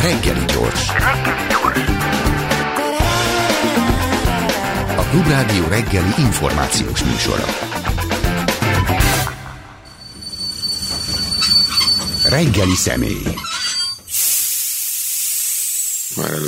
Reggeli gyors. A Klubrádió reggeli információs műsora. Reggeli személy. Már elő.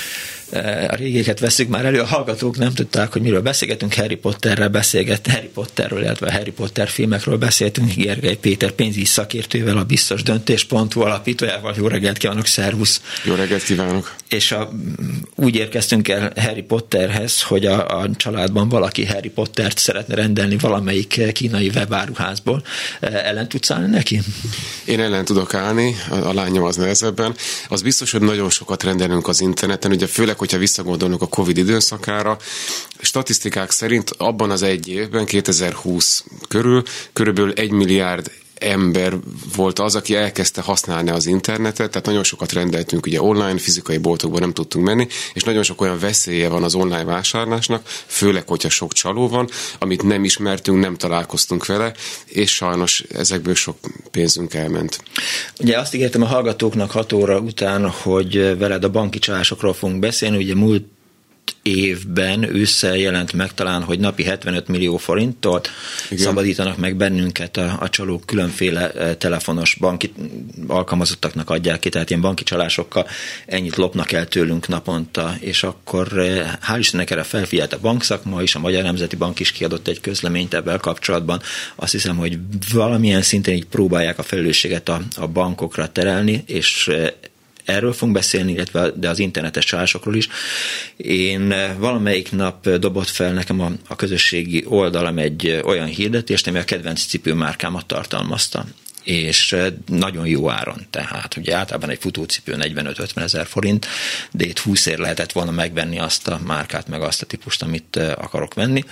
A régéket veszük már elő, a hallgatók nem tudták, hogy miről beszélgetünk, Harry Potterről, illetve a Harry Potter filmekről beszéltünk, Gergely Péter pénzügyi szakértővel, a Biztos Döntés.hu alapítójával. Jó reggelt kívánok, szervusz! Jó reggelt kívánok! És úgy érkeztünk el Harry Potterhez, hogy a családban valaki Harry Pottert szeretne rendelni valamelyik kínai webáruházból. Ellen tudsz állni neki? Én ellen tudok állni, a lányom az nehezebben. Az biztos, hogy nagyon sokat rendelünk az interneten, ugye főleg, hogyha visszagondolunk a Covid időszakára. Statisztikák szerint abban az egy évben, 2020 körül, körülbelül 1 milliárd ember volt az, aki elkezdte használni az internetet, tehát nagyon sokat rendeltünk ugye online, fizikai boltokban nem tudtunk menni, és nagyon sok olyan veszélye van az online vásárlásnak, főleg, hogyha sok csaló van, amit nem ismertünk, nem találkoztunk vele, és sajnos ezekből sok pénzünk elment. Ugye azt ígértem a hallgatóknak 6 óra után, hogy veled a banki csalásokról fogunk beszélni, ugye múlt évben ősszel jelent meg talán, hogy napi 75 millió forintot szabadítanak meg bennünket a csalók, különféle telefonos banki alkalmazottaknak adják ki, tehát ilyen banki csalásokkal ennyit lopnak el tőlünk naponta, és akkor hál' Istennek erre felfigyelt a bankszakma is, a Magyar Nemzeti Bank is kiadott egy közleményt ebben kapcsolatban. Azt hiszem, hogy valamilyen szinten így próbálják a felelősséget a bankokra terelni, és erről fogunk beszélni, de az internetes csalásokról is. Én valamelyik nap dobott fel nekem a közösségi oldalam egy olyan hirdetést, ami a kedvenc cipőmárkámat tartalmazta, és nagyon jó áron, tehát ugye általában egy futócipő 45-50 ezer forint, de itt 20-ért lehetett volna megvenni azt a márkát, meg azt a típust, amit akarok venni,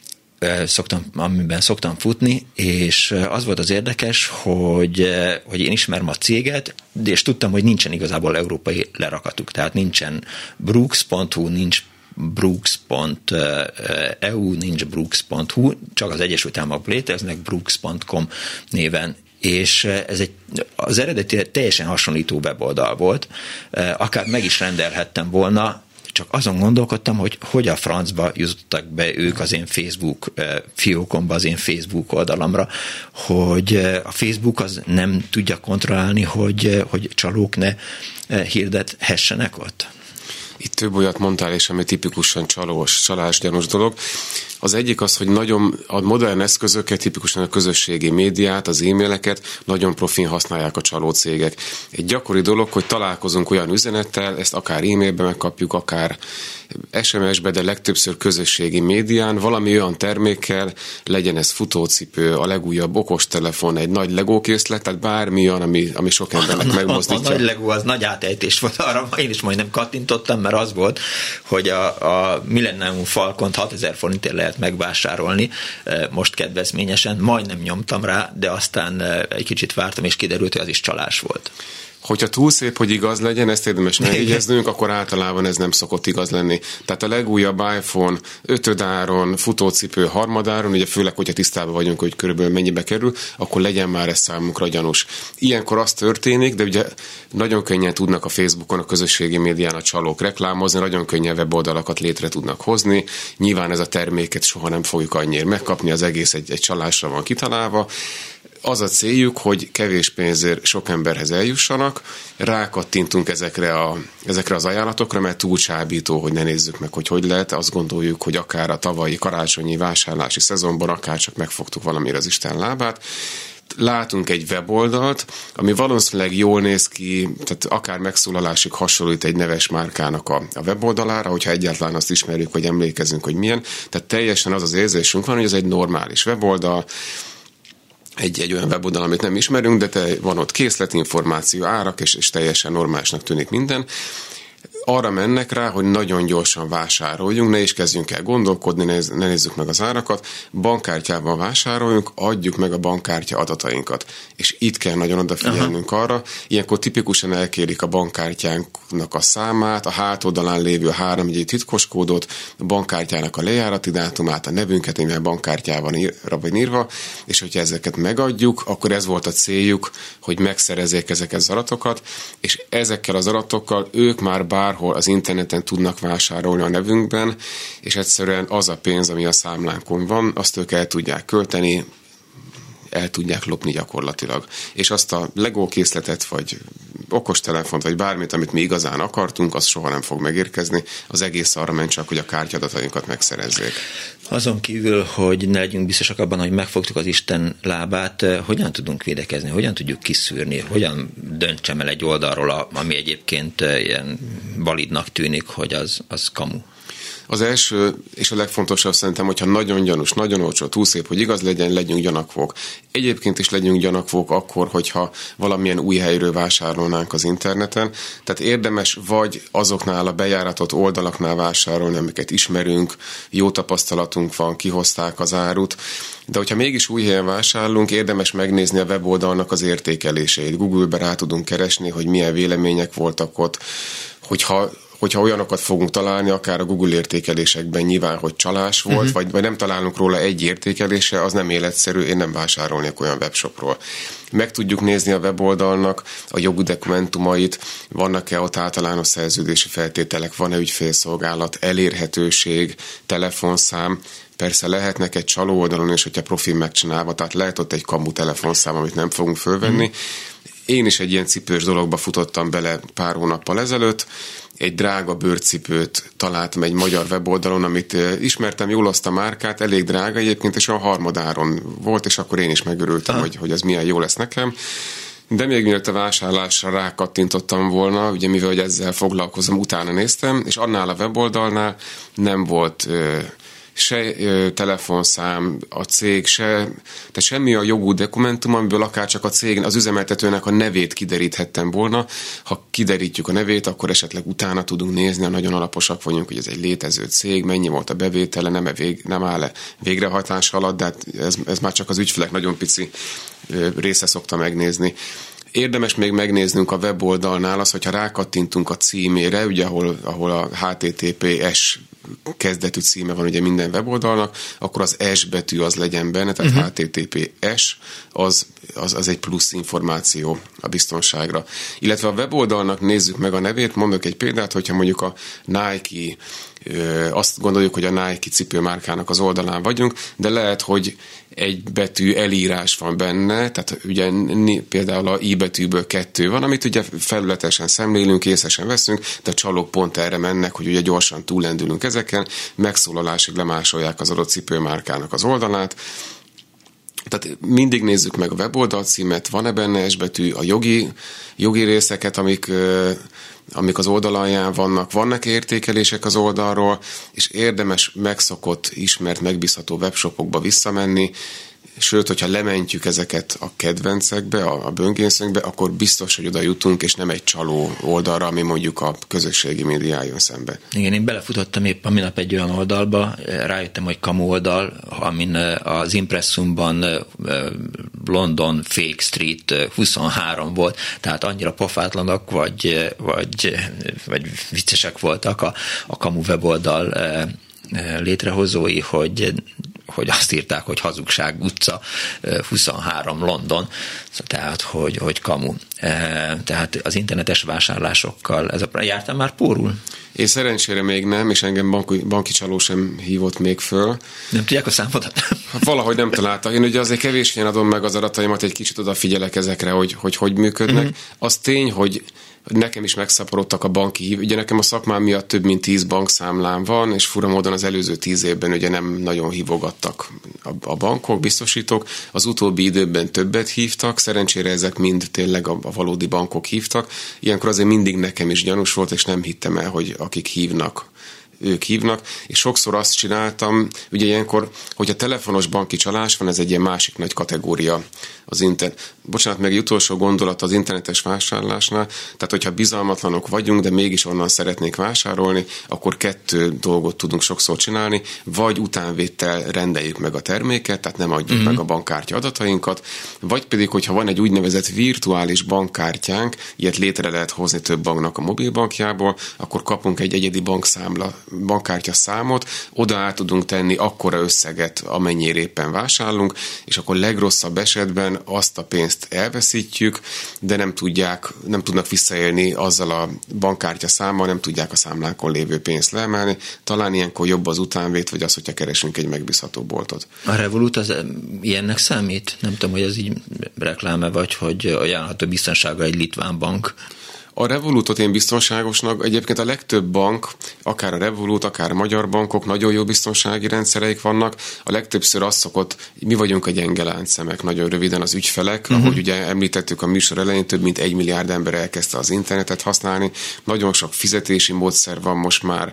amiben szoktam futni, és az volt az érdekes, hogy én ismerem a céget, és tudtam, hogy nincsen igazából európai lerakatuk, tehát nincsen Brooks.hu, nincs Brooks.eu, nincs Brooks.hu, csak az Egyesült Államok léteznek, Brooks.com néven, és az eredeti teljesen hasonlító weboldal volt, akár meg is rendelhettem volna, csak azon gondolkodtam, hogy a francba jutottak be ők az én Facebook fiókomba, az én Facebook oldalamra, hogy a Facebook az nem tudja kontrollálni, hogy csalók ne hirdethessenek ott. Itt több olyat mondtál, és ami tipikusan csalásgyanús dolog. Az egyik az, hogy nagyon a modern eszközöket, tipikusan a közösségi médiát, az e-maileket nagyon profin használják a csalócégek. Egy gyakori dolog, hogy találkozunk olyan üzenettel, ezt akár e-mailben megkapjuk, akár SMS-be, de legtöbbször közösségi médián, valami olyan termékkel, legyen ez futócipő, a legújabb okostelefon, egy nagy Lego készlet, tehát bármi olyan, ami sok embernek megmozdítja. A nagy Lego az nagy átejtés volt, arra én is majdnem kattintottam, mert az volt, hogy a Millennium Falcont 6000 forintért lehet megvásárolni, most kedvezményesen, majdnem nyomtam rá, de aztán egy kicsit vártam, és kiderült, hogy az is csalás volt. Hogyha túl szép, hogy igaz legyen, ezt érdemes megjegyeznünk, akkor általában ez nem szokott igaz lenni. Tehát a legújabb iPhone 5 áron, futócipő harmadáron, ugye főleg, hogyha tisztában vagyunk, hogy körülbelül mennyibe kerül, akkor legyen már ez számunkra gyanús. Ilyenkor az történik, de ugye nagyon könnyen tudnak a Facebookon, a közösségi médián a csalók reklámozni, nagyon könnyen weboldalakat létre tudnak hozni. Nyilván ez a terméket soha nem fogjuk annyira megkapni, az egész egy csalásra van kitalálva. Az a céljuk, hogy kevés pénzért sok emberhez eljussanak, rákattintunk ezekre az ajánlatokra, mert túl csábító, hogy ne nézzük meg, hogy lehet. Azt gondoljuk, hogy akár a tavalyi karácsonyi vásárlási szezonban, akár csak megfogtuk valamire az Isten lábát. Látunk egy weboldalt, ami valószínűleg jól néz ki, tehát akár megszólalásig hasonlít egy neves márkának a weboldalára, hogyha egyáltalán azt ismerjük, hogy emlékezünk, hogy milyen. Tehát teljesen az érzésünk van, hogy ez egy normális weboldal, egy olyan weboldal, amit nem ismerünk, de van ott készletinformáció, árak, és teljesen normálisnak tűnik minden. arra mennek rá, hogy nagyon gyorsan vásároljunk, ne is kezdjünk el gondolkodni, ne nézzük meg az árakat, bankkártyával vásároljunk, adjuk meg a bankkártya adatainkat. És itt kell nagyon odafigyelnünk arra, ilyenkor tipikusan elkérik a bankkártyánknak a számát, a hátoldalán lévő 3 titkos kódot, a bankkártyának a lejárati dátumát, a nevünket, mivel bankkártyával van írva, és hogyha ezeket megadjuk, akkor ez volt a céljuk, hogy megszerezzék ezeket az adatokat, és ezekkel az adatokkal ők már bárhol az interneten tudnak vásárolni a nevünkben, és egyszerűen az a pénz, ami a számlánkon van, azt ők el tudják költeni, el tudják lopni gyakorlatilag. És azt a Lego készletet, vagy okostelefont, vagy bármit, amit mi igazán akartunk, az soha nem fog megérkezni. Az egész arra ment csak, hogy a kártyadatainkat megszerezzék. Azon kívül, hogy ne legyünk biztosak abban, hogy megfogtuk az Isten lábát, hogyan tudunk védekezni, hogyan tudjuk kiszűrni, hogyan döntsem el egy oldalról, ami egyébként ilyen validnak tűnik, hogy az kamu. Az első és a legfontosabb szerintem, hogyha nagyon gyanús, nagyon olcsó, túl szép, hogy igaz legyen, legyünk gyanakvók. Egyébként is legyünk gyanakvók akkor, hogyha valamilyen új helyről vásárolnánk az interneten. Tehát érdemes vagy azoknál a bejáratott oldalaknál vásárolni, amiket ismerünk, jó tapasztalatunk van, kihozták az árut. De hogyha mégis új helyen vásárolunk, érdemes megnézni a weboldalnak az értékeléseit. Google-be rá tudunk keresni, hogy milyen vélemények voltak ott, hogyha olyanokat fogunk találni, akár a Google értékelésekben nyilván, hogy csalás volt, vagy nem találunk róla egy értékelésre, az nem életszerű, én nem vásárolnék olyan webshopról. Meg tudjuk nézni a weboldalnak a jogi dokumentumait, vannak-e ott általános szerződési feltételek, van-e ügyfélszolgálat, elérhetőség, telefonszám. Persze lehetnek egy csaló oldalon is, hogyha profil megcsinálva, tehát lehet ott egy kamu telefonszám, amit nem fogunk fölvenni. Én is egy ilyen cipős dologba futottam bele pár hónappal ezelőtt, egy drága bőrcipőt találtam egy magyar weboldalon, amit ismertem jól azt a márkát, elég drága egyébként, és olyan harmadáron volt, és akkor én is megörültem, hogy ez milyen jó lesz nekem. De még mielőtt a vásárlásra rákattintottam volna, ugye mivel hogy ezzel foglalkozom, utána néztem, és annál a weboldalnál nem volt se telefonszám, a cég, tehát semmi a jogú dokumentum, amiből akár csak a cég, az üzemeltetőnek a nevét kideríthettem volna. Ha kiderítjük a nevét, akkor esetleg utána tudunk nézni, ha nagyon alaposak vagyunk, hogy ez egy létező cég, mennyi volt a bevétele, nem áll-e végrehajtás alatt, de hát ez már csak az ügyfelek nagyon pici része szokta megnézni. Érdemes még megnéznünk a weboldalnál az, hogyha rákattintunk a címére, ugye ahol a HTTPS kezdetű címe van ugye minden weboldalnak, akkor az S betű az legyen benne, tehát HTTPS az egy plusz információ a biztonságra. Illetve a weboldalnak nézzük meg a nevét, mondok egy példát, hogyha mondjuk a Nike, azt gondoljuk, hogy a Nike cipőmárkának az oldalán vagyunk, de lehet, hogy egy betű elírás van benne, tehát ugye például a I betűből 2 van, amit ugye felületesen szemlélünk, észesen veszünk, de a csalók pont erre mennek, hogy ugye gyorsan túllendülünk ezeken, megszólalásig lemásolják az adott cipőmárkának az oldalát. Tehát mindig nézzük meg a weboldal címet, van-e benne S betű, a jogi részeket, amik az oldalalján vannak értékelések az oldalról, és érdemes megszokott, ismert, megbízható webshopokba visszamenni, sőt, hogyha lementjük ezeket a kedvencekbe, a böngészőnkbe, akkor biztos, hogy oda jutunk, és nem egy csaló oldalra, ami mondjuk a közösségi média jön szembe. Igen, én belefutottam épp a minap egy olyan oldalba, rájöttem, hogy kamu oldal, amin az impresszumban London Fake Street 23 volt, tehát annyira pofátlanak, vagy viccesek voltak a kamu weboldal létrehozói, hogy azt írták, hogy Hazugság utca 23 London, tehát hogy kamu. Tehát az internetes vásárlásokkal jártam már pórul? Én szerencsére még nem, és engem banki csaló sem hívott még föl. Nem tudják a számodat? Valahogy nem találtak. Én ugye azért kevésén adom meg az adataimat, egy kicsit odafigyelek ezekre, hogy működnek. Az tény, hogy nekem is megszaporodtak a banki hív. Ugye nekem a szakmám miatt több mint 10 bankszámlám van, és fura módon az előző 10 évben ugye nem nagyon hívogattak a bankok, biztosítók. Az utóbbi időben többet hívtak, szerencsére ezek mind tényleg a valódi bankok hívtak. Ilyenkor azért mindig nekem is gyanús volt, és nem hittem el, hogy akik hívnak, ők hívnak, és sokszor azt csináltam, ugye ilyenkor, hogyha telefonos banki csalás van, ez egy ilyen másik nagy kategória az internet. Bocsánat, meg egy utolsó gondolat az internetes vásárlásnál, tehát hogyha bizalmatlanok vagyunk, de mégis onnan szeretnék vásárolni, akkor 2 dolgot tudunk sokszor csinálni, vagy utánvétel rendeljük meg a terméket, tehát nem adjuk meg a bankkártya adatainkat, vagy pedig, hogyha van egy úgynevezett virtuális bankkártyánk, ilyet létre lehet hozni több banknak a mobilbankjából, akkor kapunk egy egyedi bankkártya számot, oda át tudunk tenni akkora összeget, amennyire éppen vásárlunk, és akkor legrosszabb esetben azt a pénzt elveszítjük, de nem tudnak visszaélni azzal a bankkártya számmal, nem tudják a számlákon lévő pénzt leemelni. Talán ilyenkor jobb az utánvét, vagy az, hogyha keresünk egy megbízható boltot. A Revolut az ilyennek számít? Nem tudom, hogy ez így rekláme vagy, hogy ajánlható biztonsága egy litván bank. A Revolutot én biztonságosnak, egyébként a legtöbb bank, akár a Revolut, akár a magyar bankok, nagyon jó biztonsági rendszereik vannak. A legtöbbször az szokott, mi vagyunk a gyenge láncszemek, nagyon röviden az ügyfelek, ahogy ugye említettük a műsor elején, több mint 1 milliárd ember elkezdte az internetet használni. Nagyon sok fizetési módszer van most már,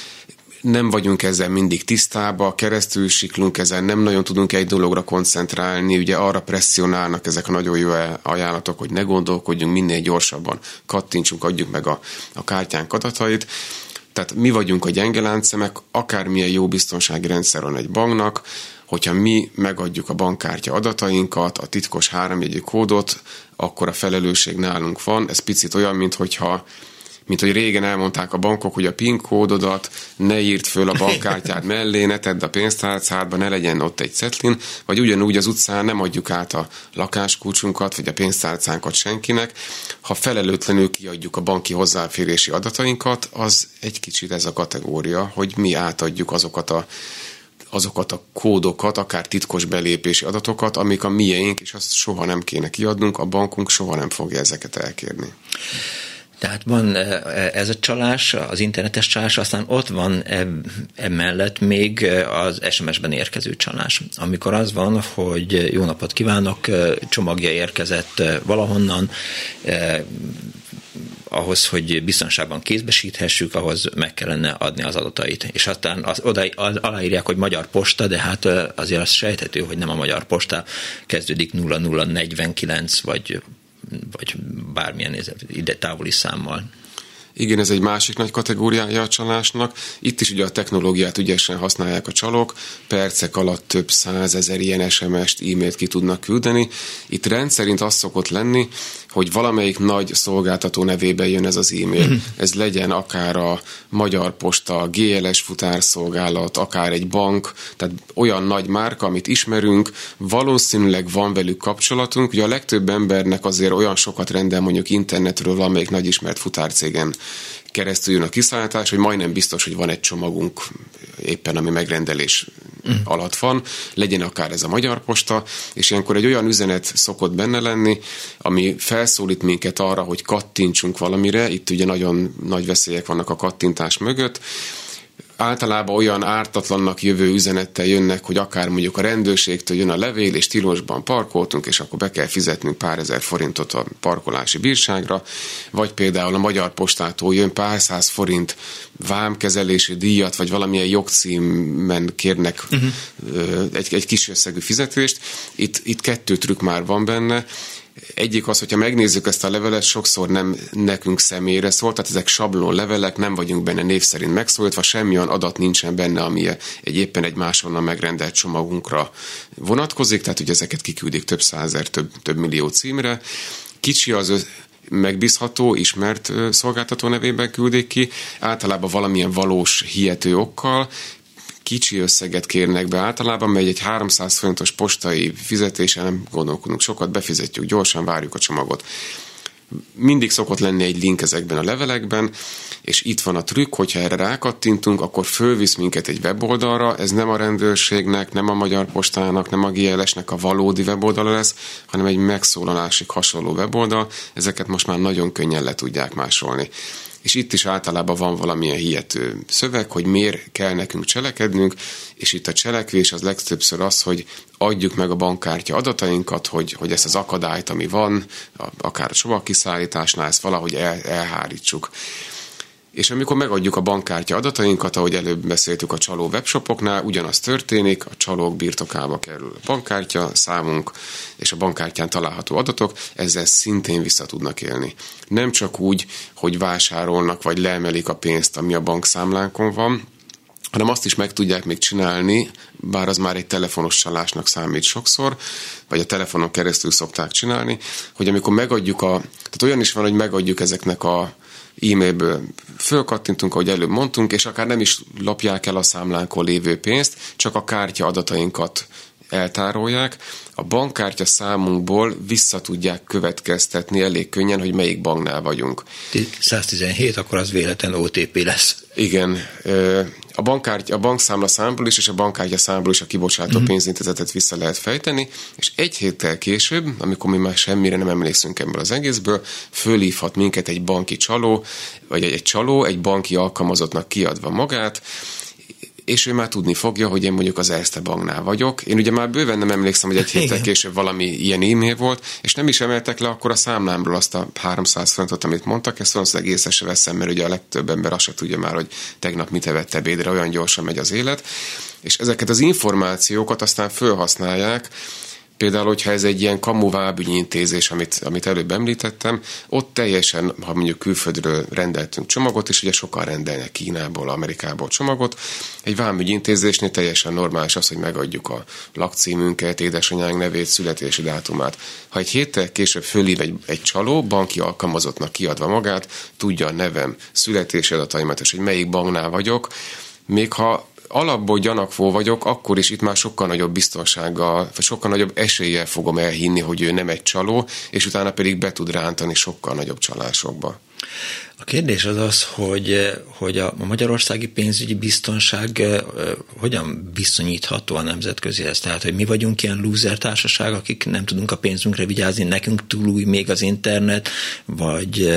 nem vagyunk ezzel mindig tisztában, keresztül siklunk ezen, nem nagyon tudunk egy dologra koncentrálni, ugye arra presszionálnak ezek a nagyon jó ajánlatok, hogy ne gondolkodjunk, minél gyorsabban kattintsunk, adjuk meg a kártyánk adatait. Tehát mi vagyunk a gyenge láncszemek, akármilyen jó biztonsági rendszer van egy banknak, hogyha mi megadjuk a bankkártya adatainkat, a titkos 3-jegyű kódot, akkor a felelősség nálunk van. Ez picit olyan, mint hogy régen elmondták a bankok, hogy a PIN kódodat ne írd föl a bankkártyád mellé, ne tedd a pénztárcádba, ne legyen ott egy cetlin, vagy ugyanúgy az utcán nem adjuk át a lakáskulcsunkat, vagy a pénztárcánkat senkinek. Ha felelőtlenül kiadjuk a banki hozzáférési adatainkat, az egy kicsit ez a kategória, hogy mi átadjuk azokat a kódokat, akár titkos belépési adatokat, amik a miénk, és azt soha nem kéne kiadnunk, a bankunk soha nem fogja ezeket elkérni. Tehát van ez a csalás, az internetes csalás, aztán ott van emellett még az SMS-ben érkező csalás. Amikor az van, hogy jó napot kívánok, csomagja érkezett valahonnan, ahhoz, hogy biztonságban kézbesíthessük, ahhoz meg kellene adni az adatait. És aztán aláírják, hogy Magyar Posta, de hát azért az sejthető, hogy nem a Magyar Posta kezdődik 0049 vagy bármilyen ide távoli számmal. Igen, ez egy másik nagy kategóriája a csalásnak. Itt is ugye a technológiát ügyesen használják a csalók, percek alatt több 100 000 ilyen SMS-t, e-mailt ki tudnak küldeni. Itt rendszerint az szokott lenni, hogy valamelyik nagy szolgáltató nevében jön ez az e-mail. Ez legyen akár a Magyar Posta, a GLS futárszolgálat, akár egy bank, tehát olyan nagy márka, amit ismerünk, valószínűleg van velük kapcsolatunk. Ugye a legtöbb embernek azért olyan sokat rendel mondjuk internetről valamelyik nagy ismert futárcégen keresztül jön a kiszállítás, hogy majdnem biztos, hogy van egy csomagunk éppen, ami megrendelés alatt van, legyen akár ez a Magyar Posta, és ilyenkor egy olyan üzenet szokott benne lenni, ami felszólít minket arra, hogy kattintsunk valamire, itt ugye nagyon nagy veszélyek vannak a kattintás mögött, általában olyan ártatlannak jövő üzenettel jönnek, hogy akár mondjuk a rendőrségtől jön a levél, és tilosban parkoltunk, és akkor be kell fizetnünk pár ezer forintot a parkolási bírságra, vagy például a Magyar Postától jön pár száz forint vámkezelési díjat, vagy valamilyen jogcímen kérnek egy kis összegű fizetést. Itt 2 trükk már van benne. Egyik az, hogyha megnézzük ezt a levelet, sokszor nem nekünk személyre szól, tehát ezek sablon levelek, nem vagyunk benne név szerint megszólítva, semmilyen adat nincsen benne, ami éppen egy máshonnan megrendelt csomagunkra vonatkozik, tehát ugye ezeket kiküldik több 100 000, több millió címre. Kicsi az megbízható, ismert szolgáltató nevében küldik ki, általában valamilyen valós hihető okkal, kicsi összeget kérnek be általában, mert egy 300 forintos postai fizetésen nem gondolkodunk sokat, befizetjük gyorsan, várjuk a csomagot. Mindig szokott lenni egy link ezekben a levelekben, és itt van a trükk, hogyha erre rákattintunk, akkor fölvisz minket egy weboldalra, ez nem a rendőrségnek, nem a Magyar Postának, nem a GLS-nek a valódi weboldala lesz, hanem egy megszólalásig hasonló weboldal, ezeket most már nagyon könnyen le tudják másolni. És itt is általában van valamilyen hihető szöveg, hogy miért kell nekünk cselekednünk, és itt a cselekvés az legtöbbször az, hogy adjuk meg a bankkártya adatainkat, hogy ezt az akadályt, ami van, akár a csomagkiszállításnál, ezt valahogy elhárítsuk. És amikor megadjuk a bankkártya adatainkat, ahogy előbb beszéltük a csaló webshopoknál, ugyanaz történik, a csalók birtokába kerül a bankkártya, számunk és a bankkártyán található adatok, ezzel szintén vissza tudnak élni. Nem csak úgy, hogy vásárolnak vagy leemelik a pénzt, ami a bankszámlánkon van, hanem azt is meg tudják még csinálni, bár az már egy telefonos csalásnak számít sokszor, vagy a telefonon keresztül szokták csinálni, hogy amikor megadjuk tehát olyan is van, hogy megadjuk ezeknek a e-mailből fölkattintunk, ahogy előbb mondtunk, és akár nem is lapják el a számlánkon lévő pénzt, csak a kártya adatainkat eltárolják. A bankkártya számunkból vissza tudják következtetni elég könnyen, hogy melyik banknál vagyunk. 117, akkor az véletlen OTP lesz. Igen. A bankszámla számból is, és a bankkártya számból is a kibocsátó pénzintézetet vissza lehet fejteni, és egy héttel később, amikor mi már semmire nem emlékszünk ebből az egészből, fölhívhat minket egy banki csaló, vagy egy csaló, egy banki alkalmazottnak kiadva magát, és ő már tudni fogja, hogy én mondjuk az Erste Banknál vagyok. Én ugye már bőven nem emlékszem, hogy egy héttel később valami ilyen e-mail volt, és nem is emeltek le akkor a számlámról azt a 300 forintot, amit mondtak, ezt valószínűleg észre se veszem, mert ugye a legtöbb ember azt se tudja már, hogy tegnap mit evett ebédre, olyan gyorsan megy az élet. És ezeket az információkat aztán felhasználják, például, hogyha ez egy ilyen kamu vábügyintézés, amit előbb említettem, ott teljesen, ha mondjuk külföldről rendeltünk csomagot, és ugye sokan rendelnek Kínából, Amerikából csomagot, egy vámügyintézésnél teljesen normális az, hogy megadjuk a lakcímünket, édesanyánk nevét, születési dátumát. Ha egy héttel később fölhív egy csaló, banki alkalmazottnak kiadva magát, tudja a nevem, születési adataimat, és hogy melyik banknál vagyok, még ha alapból gyanakvó vagyok, akkor is itt már sokkal nagyobb biztonsággal, vagy sokkal nagyobb eséllyel fogom elhinni, hogy ő nem egy csaló, és utána pedig be tud rántani sokkal nagyobb csalásokba. A kérdés az, hogy a magyarországi pénzügyi biztonság hogyan viszonyítható a nemzetközihez? Tehát, hogy mi vagyunk ilyen lúzer társaság, akik nem tudunk a pénzünkre vigyázni, nekünk túl új még az internet, vagy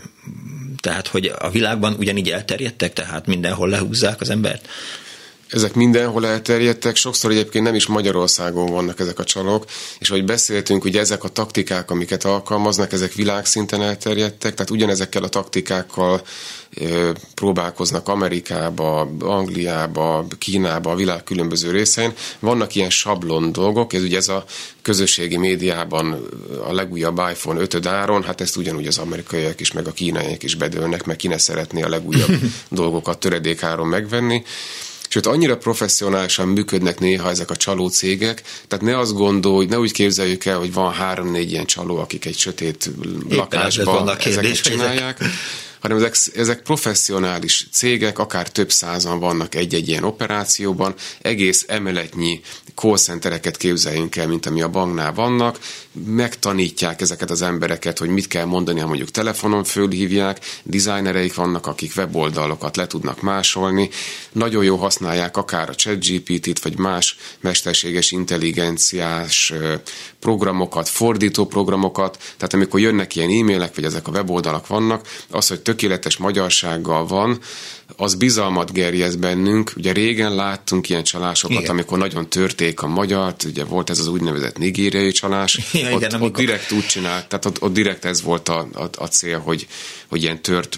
tehát, hogy a világban ugyanígy elterjedtek, tehát mindenhol lehúzzák az embert? Ezek mindenhol elterjedtek, sokszor egyébként nem is Magyarországon vannak ezek a csalók, és ahogy beszéltünk, ugye ezek a taktikák, amiket alkalmaznak, ezek világszinten elterjedtek, tehát ugyanezekkel a taktikákkal próbálkoznak Amerikába, Angliába, Kínába, a világ különböző részein. Vannak ilyen sablon dolgok, ez a közösségi médiában a legújabb iPhone 5 áron, hát ezt ugyanúgy az amerikaiak is, meg a kínaiak is bedőlnek, meg ki ne szeretné a legújabb dolgokat töredékáron megvenni. Sőt, annyira professzionálisan működnek néha ezek a csaló cégek, tehát ne azt gondolj, ne úgy képzeljük el, hogy van 3-4 ilyen csaló, akik egy sötét lakásban ezeket csinálják, hanem ezek professzionális cégek, akár több százan vannak egy-egy ilyen operációban, egész emeletnyi call centereket képzeljünk el, mint ami a banknál vannak, megtanítják ezeket az embereket, hogy mit kell mondani, ha mondjuk telefonon fölhívják, designereik vannak, akik weboldalokat le tudnak másolni, nagyon jó használják akár a ChatGPT-t, vagy más mesterséges intelligenciás programokat, fordító programokat, tehát amikor jönnek ilyen e-mailek, vagy ezek a weboldalak vannak, az, hogy tökéletes magyarsággal van, az bizalmat gerjeszt bennünk. Ugye régen láttunk ilyen csalásokat, igen, amikor nagyon törték a magyart, ugye volt ez az úgynevezett nigériai csalás, ott direkt úgy csinált, tehát ott direkt ez volt a cél, hogy ilyen tört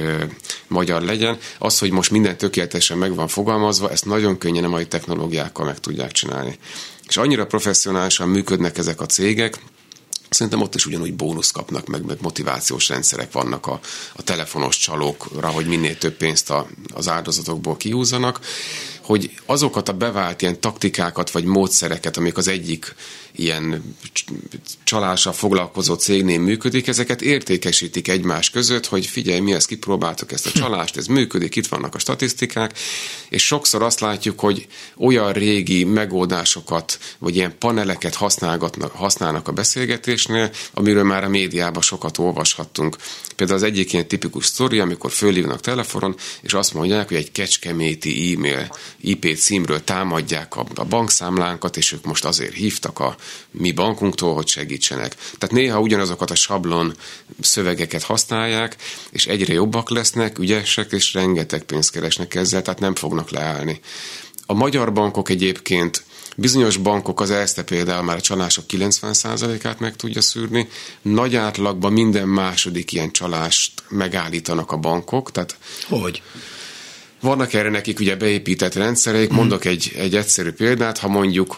magyar legyen. Az, hogy most minden tökéletesen meg van fogalmazva, ezt nagyon könnyen a mai technológiákkal meg tudják csinálni. És annyira professzionálisan működnek ezek a cégek, szerintem ott is ugyanúgy bónusz kapnak, meg motivációs rendszerek vannak a telefonos csalókra, hogy minél több pénzt az áldozatokból kihúzzanak, hogy azokat a bevált ilyen taktikákat vagy módszereket, amik az egyik ilyen csalással foglalkozó cégnél működik, ezeket értékesítik egymás között, hogy figyelj, mi ezt kipróbáltuk ezt a csalást, ez működik, itt vannak a statisztikák, és sokszor azt látjuk, hogy olyan régi megoldásokat, vagy ilyen paneleket használnak a beszélgetésnél, amiről már a médiában sokat olvashattunk. Például az egyik ilyen tipikus sztori, amikor fölhívnak telefonon, és azt mondják, hogy egy kecskeméti e-mail IP címről támadják a bankszámlánkat, és ők most azért hívtak a mi bankunktól, hogy segítsenek. Tehát néha ugyanazokat a sablon szövegeket használják, és egyre jobbak lesznek, ügyesek, és rengeteg pénzt keresnek ezzel, tehát nem fognak leállni. A magyar bankok egyébként Bizonyos bankok, az Erste például már a csalások 90%-át meg tudja szűrni. Nagy átlagban minden második ilyen csalást megállítanak a bankok. Tehát hogy? Vannak erre nekik ugye beépített rendszereik. Mondok egy egyszerű példát, ha mondjuk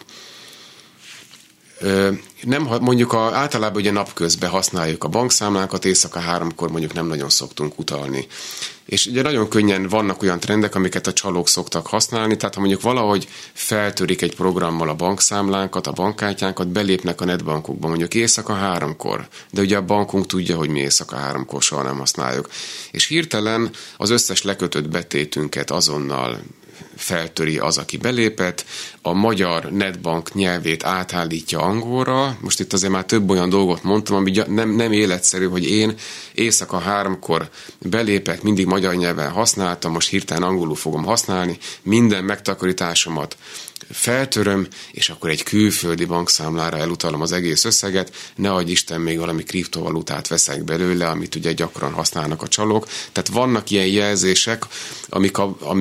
általában ugye napközben használjuk a bankszámlákat, éjszaka 3-kor mondjuk nem nagyon szoktunk utalni. És ugye nagyon könnyen vannak olyan trendek, amiket a csalók szoktak használni, tehát ha mondjuk valahogy feltörik egy programmal a bankszámlánkat, a bankkártyánkat, belépnek a netbankokba mondjuk éjszaka 3-kor, de ugye a bankunk tudja, hogy mi éjszaka 3-kor soha nem használjuk. És hirtelen az összes lekötött betétünket azonnal feltöri az, aki belépett, a magyar netbank nyelvét átállítja angolra. Most itt azért már több olyan dolgot mondtam, ami nem életszerű, hogy én éjszaka 3-kor belépek, mindig magyar nyelven használtam, most hirtelen angolul fogom használni, minden megtakarításomat feltöröm, és akkor egy külföldi bankszámlára elutalom az egész összeget, ne adj Isten, még valami kriptovalutát veszek belőle, amit ugye gyakran használnak a csalók. Tehát vannak ilyen jelzések, amik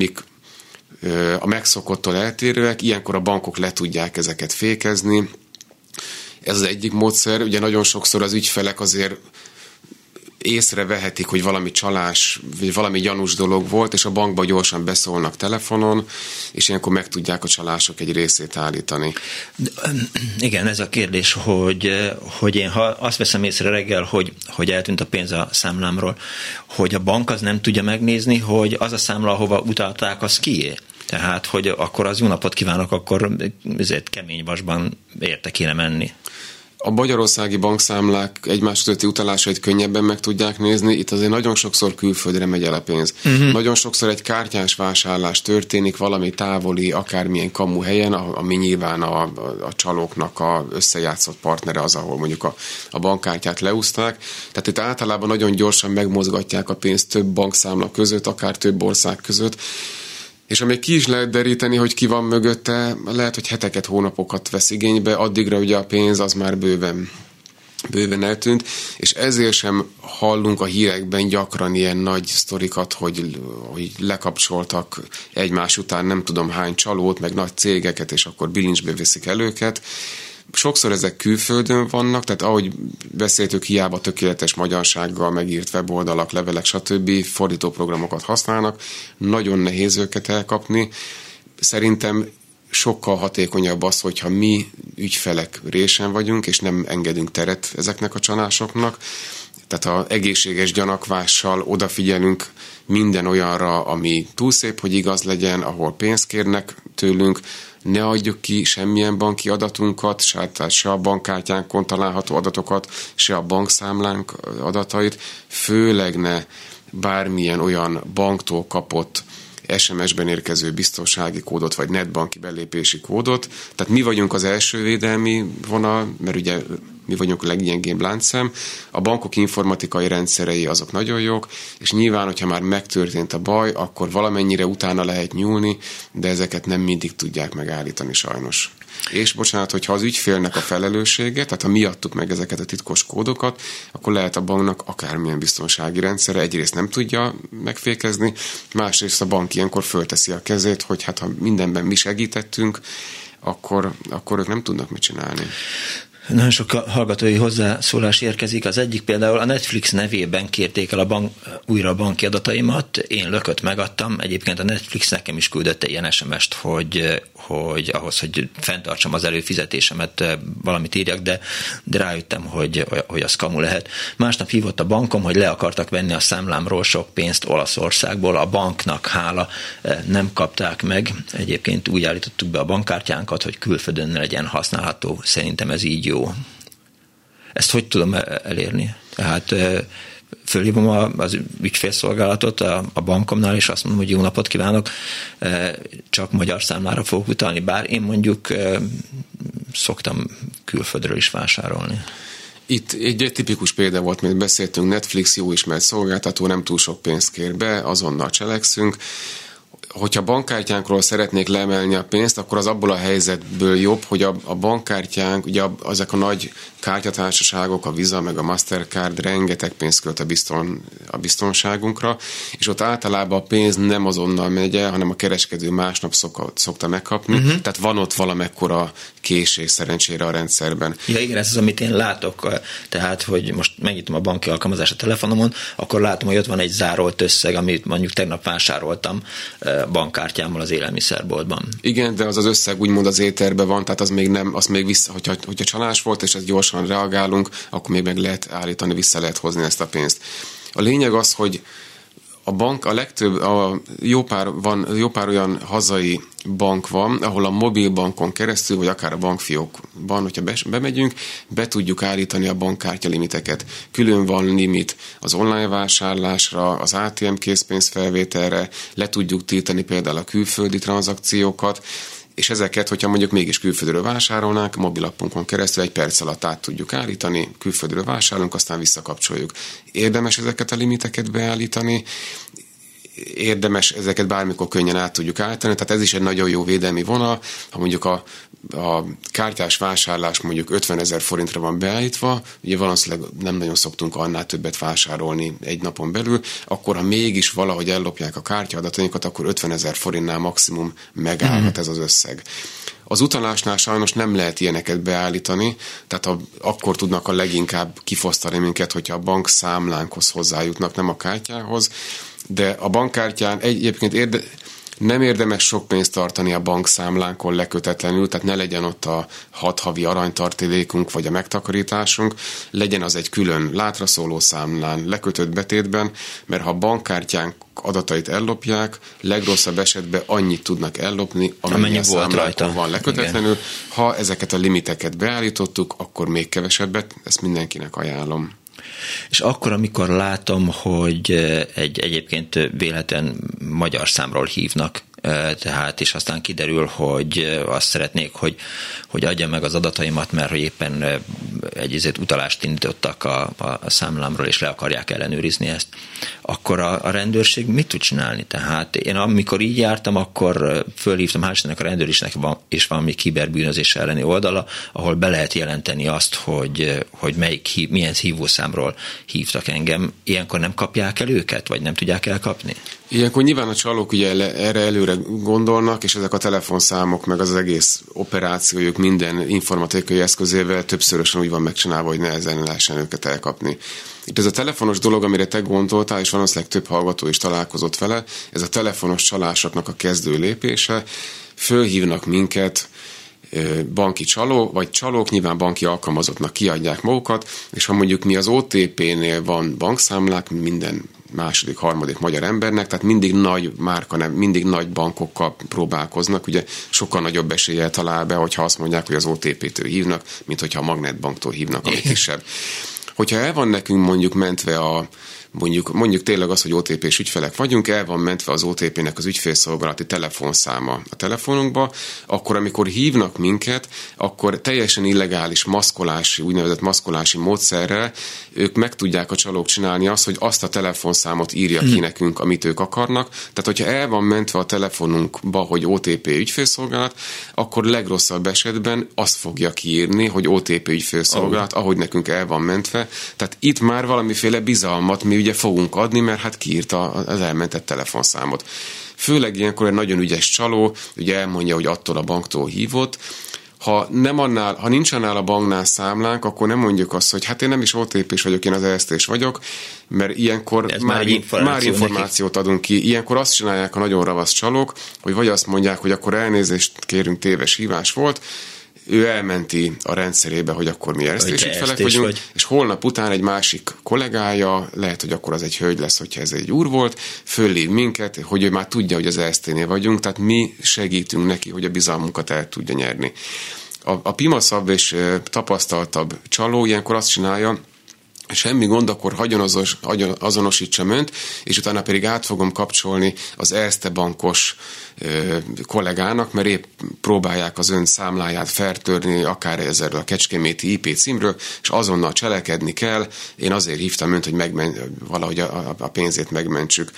a megszokottól eltérőek, ilyenkor a bankok le tudják ezeket fékezni. Ez az egyik módszer, ugye nagyon sokszor az ügyfelek azért észrevehetik, hogy valami csalás, vagy valami gyanús dolog volt, és a bankba gyorsan beszólnak telefonon, és ilyenkor meg tudják a csalások egy részét állítani. Igen, ez a kérdés, hogy én ha azt veszem észre reggel, hogy eltűnt a pénz a számlámról, hogy a bank az nem tudja megnézni, hogy az a számla, ahova utalták, az kié. Tehát, hogy akkor az jó napot kívánok, akkor ezért kemény vasban érte kéne menni. A magyarországi bankszámlák egymás közötti utalásait könnyebben meg tudják nézni. Itt azért nagyon sokszor külföldre megy el a pénz. Nagyon sokszor egy kártyás vásárlás történik valami távoli, akármilyen kamu helyen, ami nyilván a csalóknak a összejátszott partnere az, ahol mondjuk a bankkártyát leúzták. Tehát itt általában nagyon gyorsan megmozgatják a pénzt több bankszámla között, akár több ország között. És amíg ki is lehet deríteni, hogy ki van mögötte, lehet, hogy heteket, hónapokat vesz igénybe, addigra ugye a pénz az már bőven eltűnt, és ezért sem hallunk a hírekben gyakran ilyen nagy sztorikat, hogy lekapcsoltak egymás után nem tudom hány csalót, meg nagy cégeket, és akkor bilincsbe veszik el őket. Sokszor ezek külföldön vannak, tehát ahogy beszéltük, hiába tökéletes magyarsággal megírt weboldalak, levelek, stb. Fordítóprogramokat használnak, nagyon nehéz őket elkapni. Szerintem sokkal hatékonyabb az, hogyha mi ügyfelek résen vagyunk, és nem engedünk teret ezeknek a csalásoknak. Tehát az egészséges gyanakvással odafigyelünk minden olyanra, ami túl szép, hogy igaz legyen, ahol pénzt kérnek tőlünk, ne adjuk ki semmilyen banki adatunkat, se a bankkártyánkon található adatokat, se a bankszámlánk adatait, főleg ne bármilyen olyan banktól kapott SMS-ben érkező biztonsági kódot, vagy netbanki belépési kódot. Tehát mi vagyunk az első védelmi vonal, mert ugye mi vagyunk a leggyengébb láncszem. A bankok informatikai rendszerei azok nagyon jók, és nyilván, hogyha már megtörtént a baj, akkor valamennyire utána lehet nyúlni, de ezeket nem mindig tudják megállítani sajnos. És bocsánat, hogyha az ügyfélnek a felelőssége, tehát ha mi adtuk meg ezeket a titkos kódokat, akkor lehet a banknak akármilyen biztonsági rendszere egyrészt nem tudja megfékezni, másrészt a bank ilyenkor fölteszi a kezét, hogy hát ha mindenben mi segítettünk, akkor ők nem tudnak mit csinálni. Nagyon sok hallgatói hozzászólás érkezik. Az egyik például a Netflix nevében kérték el újra a banki adataimat. Én lököt megadtam. Egyébként a Netflix nekem is küldött egy ilyen SMS-t, hogy ahhoz, hogy fenntartsam az előfizetésemet, valamit írjak, de rájöttem, hogy az kamu lehet. Másnap hívott a bankom, hogy le akartak venni a számlámról sok pénzt Olaszországból. A banknak hála nem kapták meg. Egyébként úgy állítottuk be a bankkártyánkat, hogy külföldön ne legyen használható. Szerintem ez így jó. Ezt hogy tudom elérni? Tehát fölhívom az ügyfélszolgálatot a bankomnál, és azt mondom, hogy jó napot kívánok, csak magyar számlára fogok utalni, bár én mondjuk szoktam külföldről is vásárolni. Itt egy tipikus példa volt, mint beszéltünk, Netflix jó ismert szolgáltató, nem túl sok pénzt kér be, azonnal cselekszünk. hogyha bankkártyánkról szeretnék leemelni a pénzt, akkor az abból a helyzetből jobb, hogy a bankkártyánk, ugye ezek a nagy kártyatársaságok, a Visa meg a Mastercard rengeteg pénzt költ a biztonságunkra, és ott általában a pénz nem azonnal megy el, hanem a kereskedő másnap szokta megkapni, tehát van ott valamekkora késés szerencsére a rendszerben. Ja igen, ez az, amit én látok, tehát, hogy most megnyitom a banki alkalmazást a telefonomon, akkor látom, hogy ott van egy zárolt összeg, amit mondjuk tegnap vásároltam bankkártyámmal az élelmiszerboltban. Igen, de az összeg úgymond az éterben van, tehát az még nem, az még vissza, hogyha csalás volt, és ezt gyorsan reagálunk, akkor még meg lehet állítani, vissza lehet hozni ezt a pénzt. A lényeg az, hogy a bank, a legtöbb, jó pár olyan hazai bank van, ahol a mobilbankon keresztül, vagy akár a bankfiókban, hogyha bemegyünk, be tudjuk állítani a bankkártya limiteket. Külön van limit az online vásárlásra, az ATM készpénzfelvételre, le tudjuk tiltani például a külföldi tranzakciókat, és ezeket, hogyha mondjuk mégis külföldről vásárolnánk, mobilappunkon keresztül egy perc alatt át tudjuk állítani, külföldről vásárolunk, aztán visszakapcsoljuk. Érdemes ezeket a limiteket beállítani, érdemes ezeket bármikor könnyen át tudjuk állítani, tehát ez is egy nagyon jó védelmi vonal, ha mondjuk a kártyás vásárlás mondjuk 50 000 forintra van beállítva, ugye valószínűleg nem nagyon szoktunk annál többet vásárolni egy napon belül, akkor ha mégis valahogy ellopják a kártyaadatainkat, akkor 50 000 forintnál maximum megállhat ez az összeg. Az utalásnál sajnos nem lehet ilyeneket beállítani, tehát akkor tudnak a leginkább kifosztani minket, hogyha a bankszámlánkhoz hozzájutnak, nem a kártyához, de a bankkártyán egyébként nem érdemes sok pénzt tartani a bankszámlánkon lekötetlenül, tehát ne legyen ott a 6 havi aranytartalékunk, vagy a megtakarításunk, legyen az egy külön látraszóló számlán, lekötött betétben, mert ha a bankkártyánk adatait ellopják, legrosszabb esetben annyit tudnak ellopni, amennyi a számlánkon van lekötetlenül. Igen. Ha ezeket a limiteket beállítottuk, akkor még kevesebbet, ezt mindenkinek ajánlom. És akkor, amikor látom, hogy egyébként véletlen magyar számról hívnak, tehát, és aztán kiderül, hogy azt szeretnék, hogy adja meg az adataimat, mert hogy éppen egy utalást indítottak a számlámról, és le akarják ellenőrizni ezt, akkor a rendőrség mit tud csinálni? Tehát én amikor így jártam, akkor fölhívtam, hál' Istennek a rendőrisnek és valami kiberbűnözés elleni oldala, ahol be lehet jelenteni azt, hogy milyen hívószámról hívtak engem. Ilyenkor nem kapják el őket, vagy nem tudják elkapni? Ilyenkor nyilván a csalók ugye erre előre gondolnak, és ezek a telefonszámok, meg az egész operációjuk minden informatikai eszközével többszörösen úgy van megcsinálva, hogy nehezen lehessen őket elkapni. Itt ez a telefonos dolog, amire te gondoltál, és valószínűleg több hallgató is találkozott vele, ez a telefonos csalásoknak a kezdő lépése. Fölhívnak minket banki csaló, vagy csalók, nyilván banki alkalmazottnak kiadják magukat, és ha mondjuk mi az OTP-nél van bankszámlák, minden második, harmadik magyar embernek, tehát mindig nagy márka, mindig nagy bankokkal próbálkoznak, ugye sokkal nagyobb eséllyel talál be, hogyha azt mondják, hogy az OTP-től hívnak, mint hogyha a Magnetbanktól hívnak, ami kisebb. Hogyha el van nekünk mondjuk mentve mondjuk tényleg az, hogy OTP-s ügyfelek vagyunk, el van mentve az OTP-nek az ügyfélszolgálati telefonszáma a telefonunkba, akkor amikor hívnak minket, akkor teljesen illegális úgynevezett maszkolási módszerrel ők meg tudják a csalók csinálni azt, hogy azt a telefonszámot írja ki nekünk, amit ők akarnak. Tehát, hogyha el van mentve a telefonunkba, hogy OTP ügyfélszolgálat, akkor legrosszabb esetben azt fogja kiírni, hogy OTP ügyfélszolgálat, ahogy nekünk el van mentve. Tehát itt már valamiféle bizalmat mi ugye fogunk adni, mert hát kiírta az elmentett telefonszámot. Főleg ilyenkor egy nagyon ügyes csaló, ugye elmondja, hogy attól a banktól hívott. Ha nincs annál a banknál számlánk, akkor nem mondjuk azt, hogy hát én nem is OTP-s vagyok, én az ESZT-s vagyok, mert ilyenkor már információt adunk ki. Ilyenkor azt csinálják a nagyon ravasz csalók, hogy vagy azt mondják, hogy akkor elnézést kérünk, téves hívás volt, ő elmenti a rendszerébe, hogy akkor mi ESZT-s ügyfelek vagyunk, és holnap után egy másik kollégája, lehet, hogy akkor az egy hölgy lesz, hogyha ez egy úr volt, fölhív minket, hogy ő már tudja, hogy az ESZT-nél vagyunk, tehát mi segítünk neki, hogy a bizalmunkat el tudja nyerni. A pimaszabb és tapasztaltabb csaló ilyenkor azt csinálja, semmi gond, akkor azonosítsam önt, és utána pedig át fogom kapcsolni az Erste bankos kollégának, mert épp próbálják az ön számláját feltörni, akár ezzel a kecskeméti IP címről, és azonnal cselekedni kell. Én azért hívtam önt, hogy valahogy a pénzét megmentsük.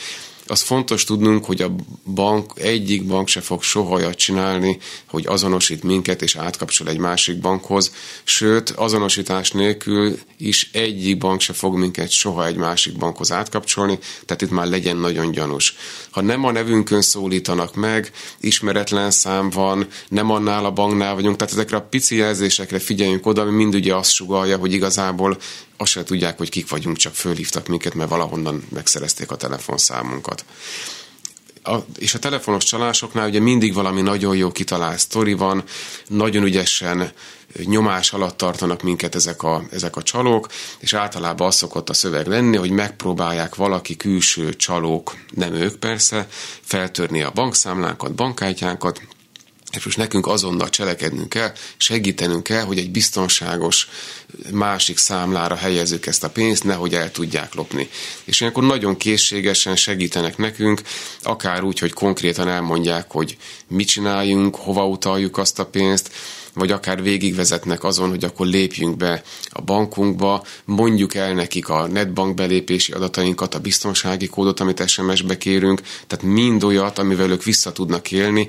Az fontos tudnunk, hogy egyik bank se fog soha olyat csinálni, hogy azonosít minket és átkapcsol egy másik bankhoz, sőt, azonosítás nélkül is egyik bank se fog minket soha egy másik bankhoz átkapcsolni, tehát itt már legyen nagyon gyanús. Ha nem a nevünkön szólítanak meg, ismeretlen szám van, nem annál a banknál vagyunk, tehát ezekre a pici jelzésekre figyeljünk oda, ami mind ugye azt sugallja, hogy igazából azt se tudják, hogy kik vagyunk, csak fölhívtak minket, mert valahonnan megszerezték a telefonszámunkat. És a telefonos csalásoknál ugye mindig valami nagyon jó kitalált sztori van, nagyon ügyesen nyomás alatt tartanak minket ezek a csalók, és általában az szokott a szöveg lenni, hogy megpróbálják valaki külső csalók, nem ők persze, feltörni a bankszámlánkat, bankkártyánkat, és most nekünk azonnal cselekednünk kell, segítenünk kell, hogy egy biztonságos másik számlára helyezzük ezt a pénzt, nehogy el tudják lopni. És ilyenkor nagyon készségesen segítenek nekünk, akár úgy, hogy konkrétan elmondják, hogy mit csináljunk, hova utaljuk azt a pénzt, vagy akár végigvezetnek azon, hogy akkor lépjünk be a bankunkba, mondjuk el nekik a netbank belépési adatainkat, a biztonsági kódot, amit SMS-be kérünk, tehát mind olyat, amivel ők vissza tudnak élni,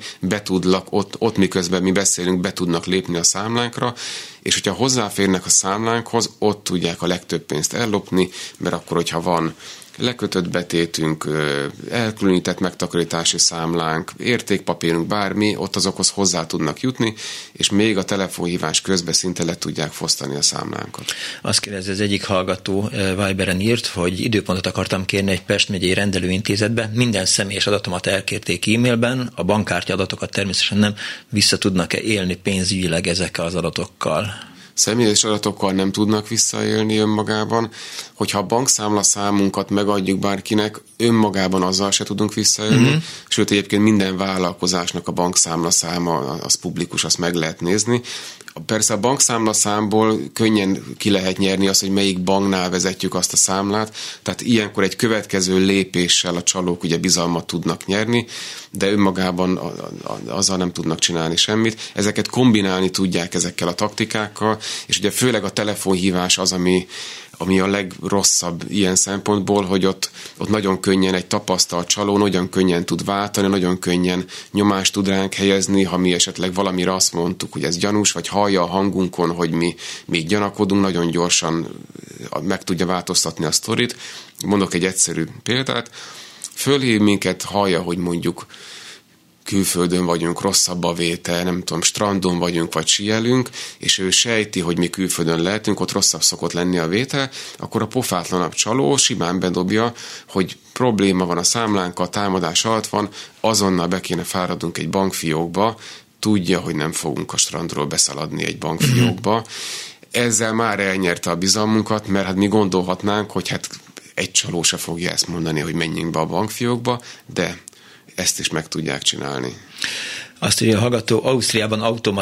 ott miközben mi beszélünk, be tudnak lépni a számlánkra, és hogyha hozzáférnek a számlánkhoz, ott tudják a legtöbb pénzt ellopni, mert akkor, hogyha van lekötött betétünk, elkülönített megtakarítási számlánk, értékpapírunk, bármi, ott azokhoz hozzá tudnak jutni, és még a telefonhívás közben szinte le tudják fosztani a számlánkat. Azt kérdezi, az egyik hallgató Viberen írt, hogy időpontot akartam kérni egy Pest megyei rendelőintézetbe, minden személyes adatomat elkérték e-mailben, a bankkártya adatokat természetesen nem, vissza tudnak-e élni pénzügyileg ezekkel az adatokkal? Személyes adatokkal nem tudnak visszaélni önmagában, hogyha a bankszámla számunkat megadjuk bárkinek, önmagában azzal se tudunk visszaélni, sőt egyébként minden vállalkozásnak a bankszámla száma, az publikus, azt meg lehet nézni. Persze a bankszámla számból könnyen ki lehet nyerni azt, hogy melyik banknál vezetjük azt a számlát, tehát ilyenkor egy következő lépéssel a csalók ugye bizalmat tudnak nyerni, de önmagában azzal nem tudnak csinálni semmit. Ezeket kombinálni tudják ezekkel a taktikákkal, és ugye főleg a telefonhívás az, ami a legrosszabb ilyen szempontból, hogy ott nagyon könnyen egy tapasztalt csaló, nagyon könnyen tud váltani, nagyon könnyen nyomást tud ránk helyezni, ha mi esetleg valamire azt mondtuk, hogy ez gyanús, vagy hallja a hangunkon, hogy mi gyanakodunk, nagyon gyorsan meg tudja változtatni a sztorit. Mondok egy egyszerű példát. Fölhív minket, hallja, hogy mondjuk külföldön vagyunk, rosszabb a vétel, nem tudom, strandon vagyunk, vagy síelünk, és ő sejti, hogy mi külföldön lehetünk, ott rosszabb szokott lenni a vétel, akkor a pofátlanabb csaló simán bedobja, hogy probléma van a számlánkkal, támadás alatt van, azonnal be kéne fáradnunk egy bankfiókba, tudja, hogy nem fogunk a strandról beszaladni egy bankfiókba. Ezzel már elnyerte a bizalmunkat, mert hát mi gondolhatnánk, hogy hát egy csaló se fogja ezt mondani, hogy menjünk be a bankfiókba, de ezt is meg tudják csinálni. Azt írja a hallgató, Ausztriában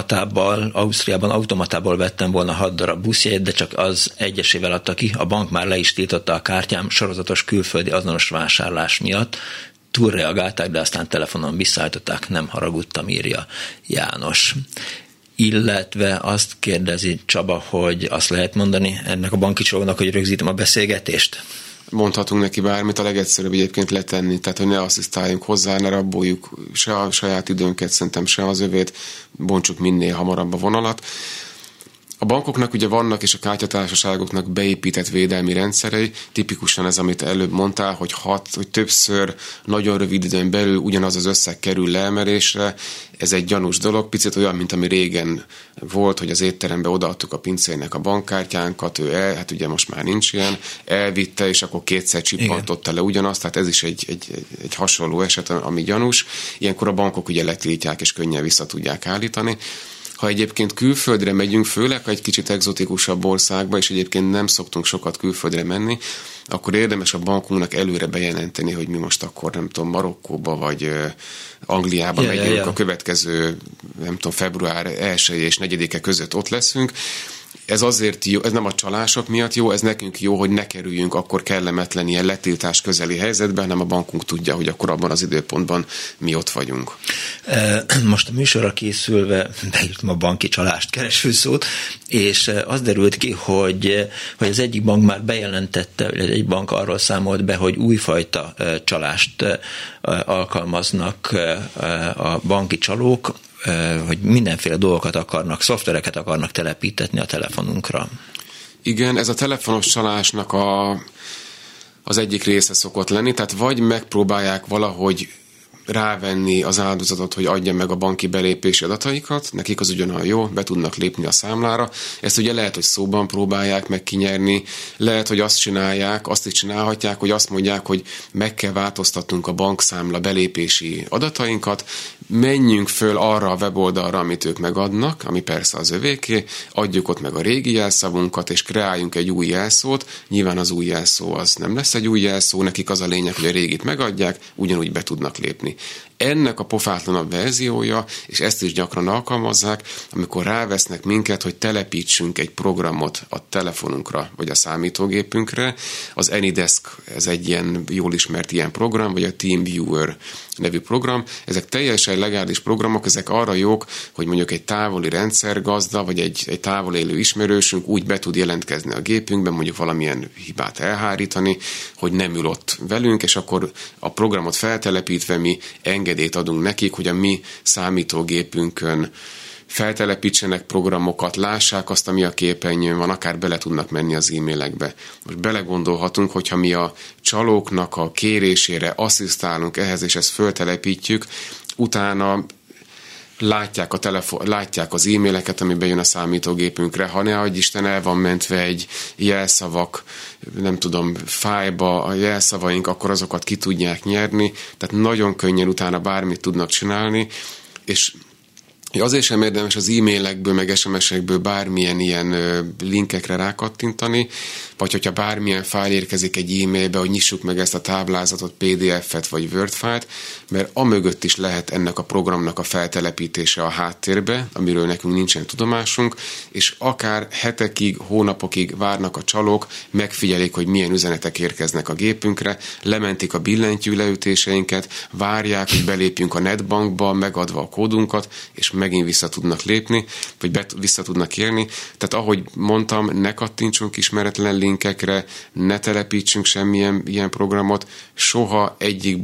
automatából vettem volna 6 darab buszjegyet, de csak az egyesével adta ki, a bank már le is tiltotta a kártyám sorozatos külföldi azonos vásárlás miatt. Túlreagálták, de aztán telefonon visszaállították, nem haragudtam, írja János. Illetve azt kérdezi Csaba, hogy azt lehet mondani ennek a banki csalónak, hogy rögzítem a beszélgetést? Mondhatunk neki bármit, a legegyszerűbb egyébként letenni, tehát hogy ne asszisztáljunk hozzá, ne raboljuk se a saját időnket, szerintem se az övét, bontsuk minél hamarabb a vonalat. A bankoknak ugye vannak, és a kártyatársaságoknak beépített védelmi rendszerei, tipikusan ez, amit előbb mondtál, hogy többször nagyon rövid időn belül ugyanaz az összeg kerül leemelésre, ez egy gyanús dolog, picit olyan, mint ami régen volt, hogy az étterembe odaadtuk a pincérnek a bankkártyánkat, hát ugye most már nincs ilyen, elvitte, és akkor kétszer csippantotta le ugyanazt, tehát ez is egy hasonló eset, ami gyanús. Ilyenkor a bankok ugye letiltják, és könnyen vissza tudják állítani. Ha egyébként külföldre megyünk, főleg ha egy kicsit egzotikusabb országba, és egyébként nem szoktunk sokat külföldre menni, akkor érdemes a bankunknak előre bejelenteni, hogy mi most akkor, nem tudom, Marokkóba vagy Angliába megyünk, a következő, nem tudom, február 1 és 4-e között ott leszünk, Ez azért jó, ez nem a csalások miatt jó, ez nekünk jó, hogy ne kerüljünk akkor kellemetlen ilyen letiltás közeli helyzetbe, hanem a bankunk tudja, hogy akkor abban az időpontban mi ott vagyunk. Most a műsorra készülve beírtam a banki csalást keresőszót, és az derült ki, hogy az egyik bank már bejelentette, hogy egy bank arról számolt be, hogy újfajta csalást alkalmaznak a banki csalók, hogy mindenféle dolgokat akarnak, szoftvereket akarnak telepítetni a telefonunkra. Igen, ez a telefonos csalásnak az egyik része szokott lenni, tehát vagy megpróbálják valahogy rávenni az áldozatot, hogy adja meg a banki belépési adataikat, nekik az ugyanolyan jó, be tudnak lépni a számlára. Ezt ugye lehet, hogy szóban próbálják meg kinyerni, lehet, hogy azt is csinálhatják, hogy azt mondják, hogy meg kell változtatnunk a bankszámla belépési adatainkat, menjünk föl arra a weboldalra, amit ők megadnak, ami persze az övéké, adjuk ott meg a régi jelszavunkat, és kreáljunk egy új jelszót. Nyilván az új jelszó az nem lesz egy új jelszó, nekik az a lényeg, hogy a régit megadják, ugyanúgy be tudnak lépni. Ennek a pofátlanabb verziója, és ezt is gyakran alkalmazzák, amikor rávesznek minket, hogy telepítsünk egy programot a telefonunkra, vagy a számítógépünkre. Az AnyDesk, ez egy ilyen jól ismert ilyen program, vagy a TeamViewer nevű program. Ezek teljesen legális programok, ezek arra jók, hogy mondjuk egy távoli rendszergazda, vagy egy távol élő ismerősünk úgy be tud jelentkezni a gépünkben, mondjuk valamilyen hibát elhárítani, hogy nem ül ott velünk, és akkor a programot feltelepítve mi engedélyt adunk nekik, hogy a mi számítógépünkön feltelepítsenek programokat, lássák azt, ami a képernyőn van, akár bele tudnak menni az e-mailekbe. Most belegondolhatunk, hogyha mi a csalóknak a kérésére asszisztálunk ehhez, és ezt föltelepítjük, utána látják az e-maileket, ami bejön a számítógépünkre. Ha ne adj Isten, el van mentve egy jelszavak, nem tudom, fájlba a jelszavaink, akkor azokat ki tudják nyerni, tehát nagyon könnyen utána bármit tudnak csinálni, és azért sem érdemes az e-mailekből, meg SMS-ekből bármilyen ilyen linkekre rákattintani, vagy hogyha bármilyen fájl érkezik egy e-mailbe, hogy nyissuk meg ezt a táblázatot, PDF-et vagy Word fájlt, mert amögött is lehet ennek a programnak a feltelepítése a háttérbe, amiről nekünk nincsen tudomásunk, és akár hetekig, hónapokig várnak a csalók, megfigyelik, hogy milyen üzenetek érkeznek a gépünkre, lementik a billentyű leütéseinket, várják, hogy belépjünk a netbankba, megadva a kódunkat, és megint vissza tudnak lépni, vagy vissza tudnak élni. Tehát ahogy mondtam, ne kattintsunk ismeretlen linkekre, ne telepítsünk semmilyen ilyen programot, soha egyik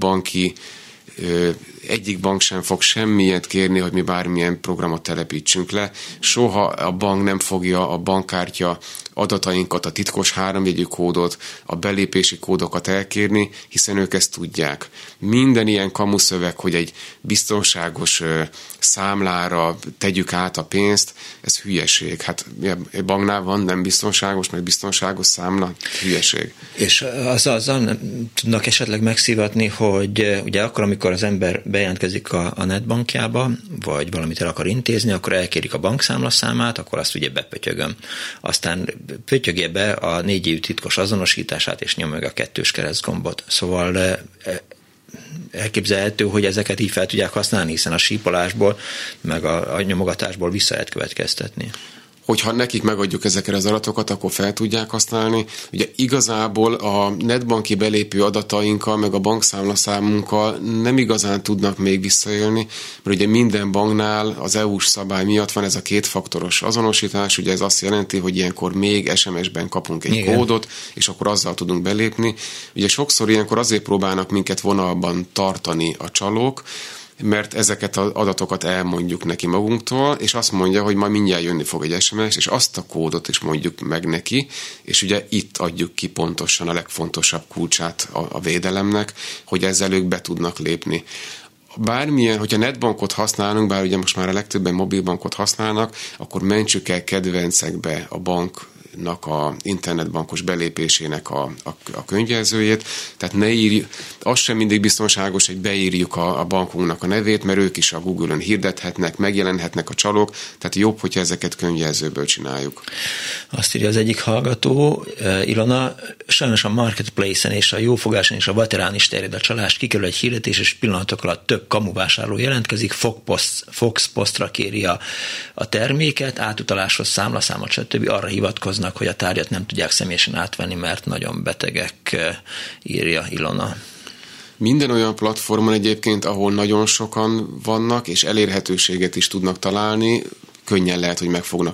bank sem fog semmilyet kérni, hogy mi bármilyen programot telepítsünk le. Soha a bank nem fogja a bankkártya adatainkat, a titkos 3-jegyű kódot, a belépési kódokat elkérni, hiszen ők ezt tudják. Minden ilyen kamuszöveg, hogy egy biztonságos számlára tegyük át a pénzt, ez hülyeség. Hát egy banknál van nem biztonságos, meg biztonságos számla, hülyeség. És azzal tudnak esetleg megszívatni, hogy ugye akkor, amikor az ember bejelentkezik a netbankjába, vagy valamit el akar intézni, akkor elkérik a bankszámlaszámát, akkor azt ugye bepötyögöm. Aztán pötyögje be a 4 év titkos azonosítását, és nyomja meg a 2. keresztgombot. Szóval elképzelhető, hogy ezeket így fel tudják használni, hiszen a sípolásból, meg a nyomogatásból vissza lehet következtetni. Hogyha nekik megadjuk ezeket az adatokat, akkor fel tudják használni. Ugye igazából a netbanki belépő adatainkkal, meg a bankszámlaszámunkkal nem igazán tudnak még visszaélni, mert ugye minden banknál az EU-s szabály miatt van ez a 2 faktoros azonosítás, ugye ez azt jelenti, hogy ilyenkor még SMS-ben kapunk egy kódot, és akkor azzal tudunk belépni. Ugye sokszor ilyenkor azért próbálnak minket vonalban tartani a csalók, mert ezeket az adatokat elmondjuk neki magunktól, és azt mondja, hogy majd mindjárt jönni fog egy SMS, és azt a kódot is mondjuk meg neki, és ugye itt adjuk ki pontosan a legfontosabb kulcsát a védelemnek, hogy ezzel ők be tudnak lépni. Bármilyen, hogyha netbankot használunk, bár ugye most már a legtöbben mobilbankot használnak, akkor mentsük el kedvencekbe a bank a internetbankos belépésének a könyvjelzőjét, tehát ne írj, az sem mindig biztonságos, hogy beírjuk a bankunknak a nevét, mert ők is a Google-ön hirdethetnek, megjelenhetnek a csalók, tehát jobb, hogyha ezeket könyvjelzőből csináljuk. Azt írja az egyik hallgató, Ilona, sajnos a marketplace-en és a jófogáson és a veterán is terjed a csalás, kikerül egy hirdetés, és pillanatok alatt több kamuvásárló jelentkezik, Fox Postra kéri a terméket, átutaláshoz számlaszámot, stb. Arra hivatkoznak, hogy a tárgyat nem tudják személyesen átvenni, mert nagyon betegek, írja Ilona. Minden olyan platformon egyébként, ahol nagyon sokan vannak, és elérhetőséget is tudnak találni, könnyen lehet, hogy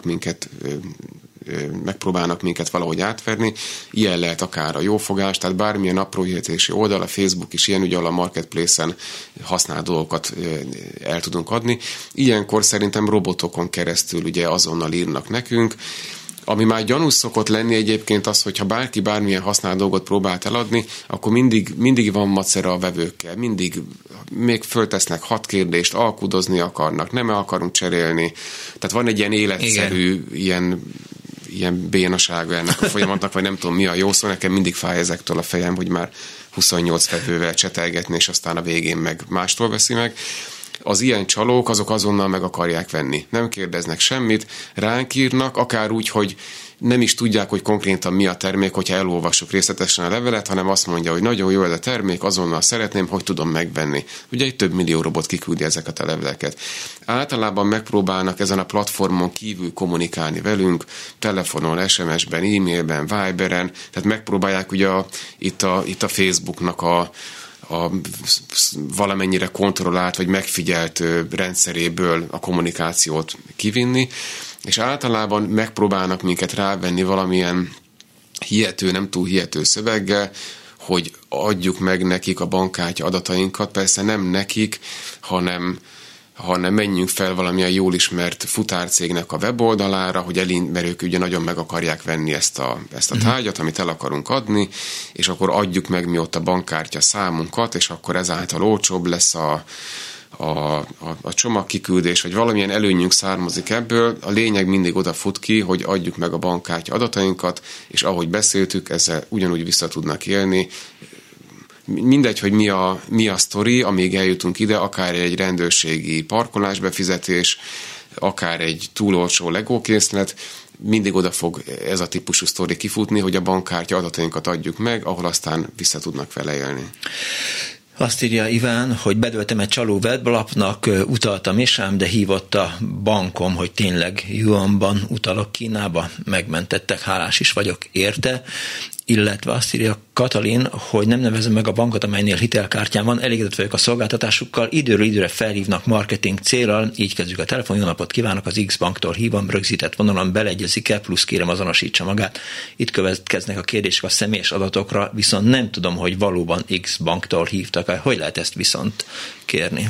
megpróbálnak minket valahogy átverni. Ilyen lehet akár a jófogás, tehát bármilyen apró hirdetési oldal, a Facebook is ilyen, ugye a marketplace-en használt dolgokat el tudunk adni. Ilyenkor szerintem robotokon keresztül ugye azonnal írnak nekünk. Ami már gyanús szokott lenni egyébként az, hogyha bárki bármilyen használt dolgot próbált eladni, akkor mindig van macera a vevőkkel, mindig még föltesznek 6 kérdést, alkudozni akarnak, nem akarunk cserélni. Tehát van egy ilyen életszerű, ilyen bénasága ennek a folyamatnak, vagy nem tudom mi a jó szó, nekem mindig fáj ezektől a fejem, hogy már 28 vevővel csetelgetni, és aztán a végén meg mástól veszi meg. Az ilyen csalók, azok azonnal meg akarják venni. Nem kérdeznek semmit, ránk írnak, akár úgy, hogy nem is tudják, hogy konkrétan mi a termék, hogyha elolvassuk részletesen a levelet, hanem azt mondja, hogy nagyon jó ez a termék, azonnal szeretném, hogy tudom megvenni. Ugye egy több millió robot kiküldi ezeket a leveleket. Általában megpróbálnak ezen a platformon kívül kommunikálni velünk, telefonon, SMS-ben, e-mailben, Viberen, tehát megpróbálják ugye itt a Facebooknak a valamennyire kontrollált vagy megfigyelt rendszeréből a kommunikációt kivinni, és általában megpróbálnak minket rávenni valamilyen hihető, nem túl hihető szöveggel, hogy adjuk meg nekik a bankkártya adatainkat, persze nem nekik, hanem menjünk fel valamilyen jól ismert futárcégnek a weboldalára, mert ők ugye nagyon meg akarják venni ezt a tárgyat, amit el akarunk adni, és akkor adjuk meg mi ott a bankkártya számunkat, és akkor ezáltal olcsóbb lesz a csomagkiküldés, vagy valamilyen előnyünk származik ebből. A lényeg mindig oda fut ki, hogy adjuk meg a bankkártya adatainkat, és ahogy beszéltük, ezzel ugyanúgy vissza tudnak élni. Mindegy, hogy mi a sztori, amíg eljutunk ide, akár egy rendőrségi parkolásbefizetés, akár egy túl olcsó legókészlet, mindig oda fog ez a típusú sztori kifutni, hogy a bankkártya adatainkat adjuk meg, ahol aztán vissza tudnak vele élni. Azt írja Iván, hogy bedöltem egy csaló weblapnak, utaltam is ám, de hívott a bankom, hogy tényleg yuanban utalok Kínába, megmentettek, hálás is vagyok érte. Illetve azt írja Katalin, hogy nem nevezem meg a bankot, amelynél hitelkártyám van, elégedett vagyok a szolgáltatásukkal, időről időre felhívnak marketing céllal, így kezdjük a telefon, jó napot kívánok, az X-banktól hívom, rögzített vonalon beleegyezik-e, plusz kérem azonosítsa magát. Itt következnek a kérdések a személyes adatokra, viszont nem tudom, hogy valóban X-banktól hívtak. Hogy lehet ezt viszont kérni?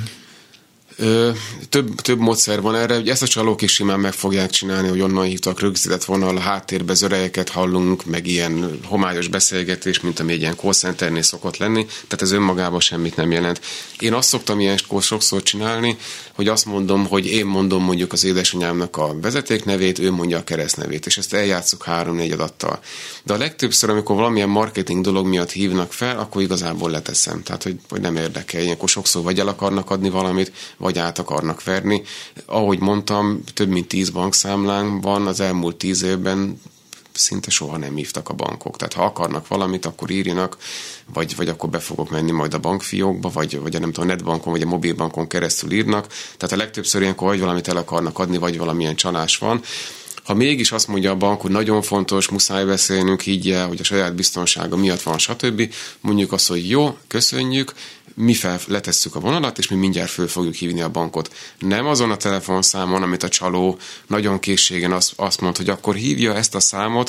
Több módszer van erre, hogy ezt a csalók is simán meg fogják csinálni, hogy onnan hívtak, rögzített vonal, háttérbe zörejeket hallunk, meg ilyen homályos beszélgetés, mint ami egy ilyen call centernél szokott lenni, tehát ez önmagában semmit nem jelent. Én azt szoktam ilyenkor sokszor csinálni, hogy azt mondom, hogy én mondom mondjuk az édesanyámnak a vezetéknevét, ő mondja a keresztnevét, és ezt eljátszuk 3-4 adattal. De a legtöbbször, amikor valamilyen marketing dolog miatt hívnak fel, akkor igazából leteszem, tehát hogy nem érdekel. Ilyenkor sokszor vagy el akarnak adni valamit, vagy át akarnak verni. Ahogy mondtam, több mint 10 bankszámlánk van, az elmúlt 10 évben szinte soha nem hívtak a bankok. Tehát ha akarnak valamit, akkor írjanak, vagy akkor be fogok menni majd a bankfiókba, vagy nem tudom, a netbankon, vagy a mobilbankon keresztül írnak. Tehát a legtöbbször ilyenkor vagy valamit el akarnak adni, vagy valamilyen csalás van. Ha mégis azt mondja a bank, hogy nagyon fontos, muszáj beszélnünk, higgye, hogy a saját biztonsága miatt van, stb. Mondjuk azt, hogy jó, köszönjük, mi letesszük a vonalat, és mi mindjárt föl fogjuk hívni a bankot. Nem azon a telefonszámon, amit a csaló nagyon készségen azt mond, hogy akkor hívja ezt a számot,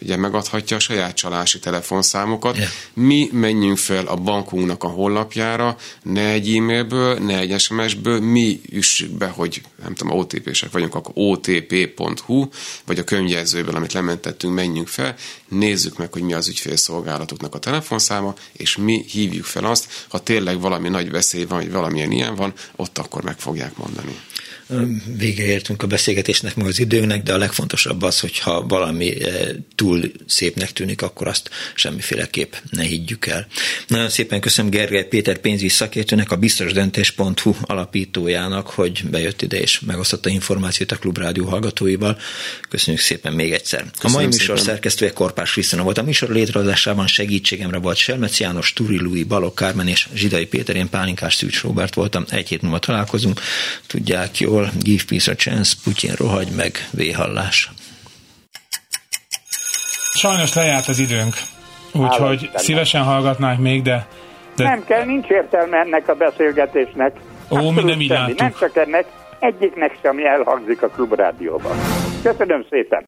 ugye megadhatja a saját csalási telefonszámokat. Mi menjünk fel a bankunknak a honlapjára, ne egy e-mailből, ne egy SMS-ből, mi üssük be, hogy nem tudom, OTP-sek vagyunk, akkor otp.hu, vagy a könyvjelzőből, amit lementettünk, menjünk fel, nézzük meg, hogy mi az ügyfélszolgálatoknak a telefonszáma, és mi hívjuk fel azt, ha tényleg valami nagy veszély van, vagy valamilyen ilyen van, ott akkor meg fogják mondani. Végre értünk a beszélgetésnek, meg az időnknek, de a legfontosabb az, hogyha valami túl szépnek tűnik, akkor azt semmiféleképp ne higgyük el. Nagyon szépen köszönöm Gergely Péter pénzügyi szakértőnek, a biztosdöntés.hu alapítójának, hogy bejött ide és megosztotta információt a Klubrádió hallgatóival. Köszönjük szépen még egyszer. A mai műsor szerkesztője Korpás Krisztina volt. A műsor létrehozásában segítségemre volt Selmec János, Turi Lui, Balogh Kármen és Zsidai Péter, én Pálinkás Szűcs Róbert voltam. Egy hét múlva találkozunk. Tudják jól, give peace a chance, Putyin rohagy meg, véhallás. Sajnos lejárt az időnk, úgyhogy szívesen hallgatnánk még, de... Nem kell, nincs értelme ennek a beszélgetésnek. Mi nem így láttuk. Nem csak ennek, egyiknek sem elhangzik a Klubrádióban. Köszönöm szépen.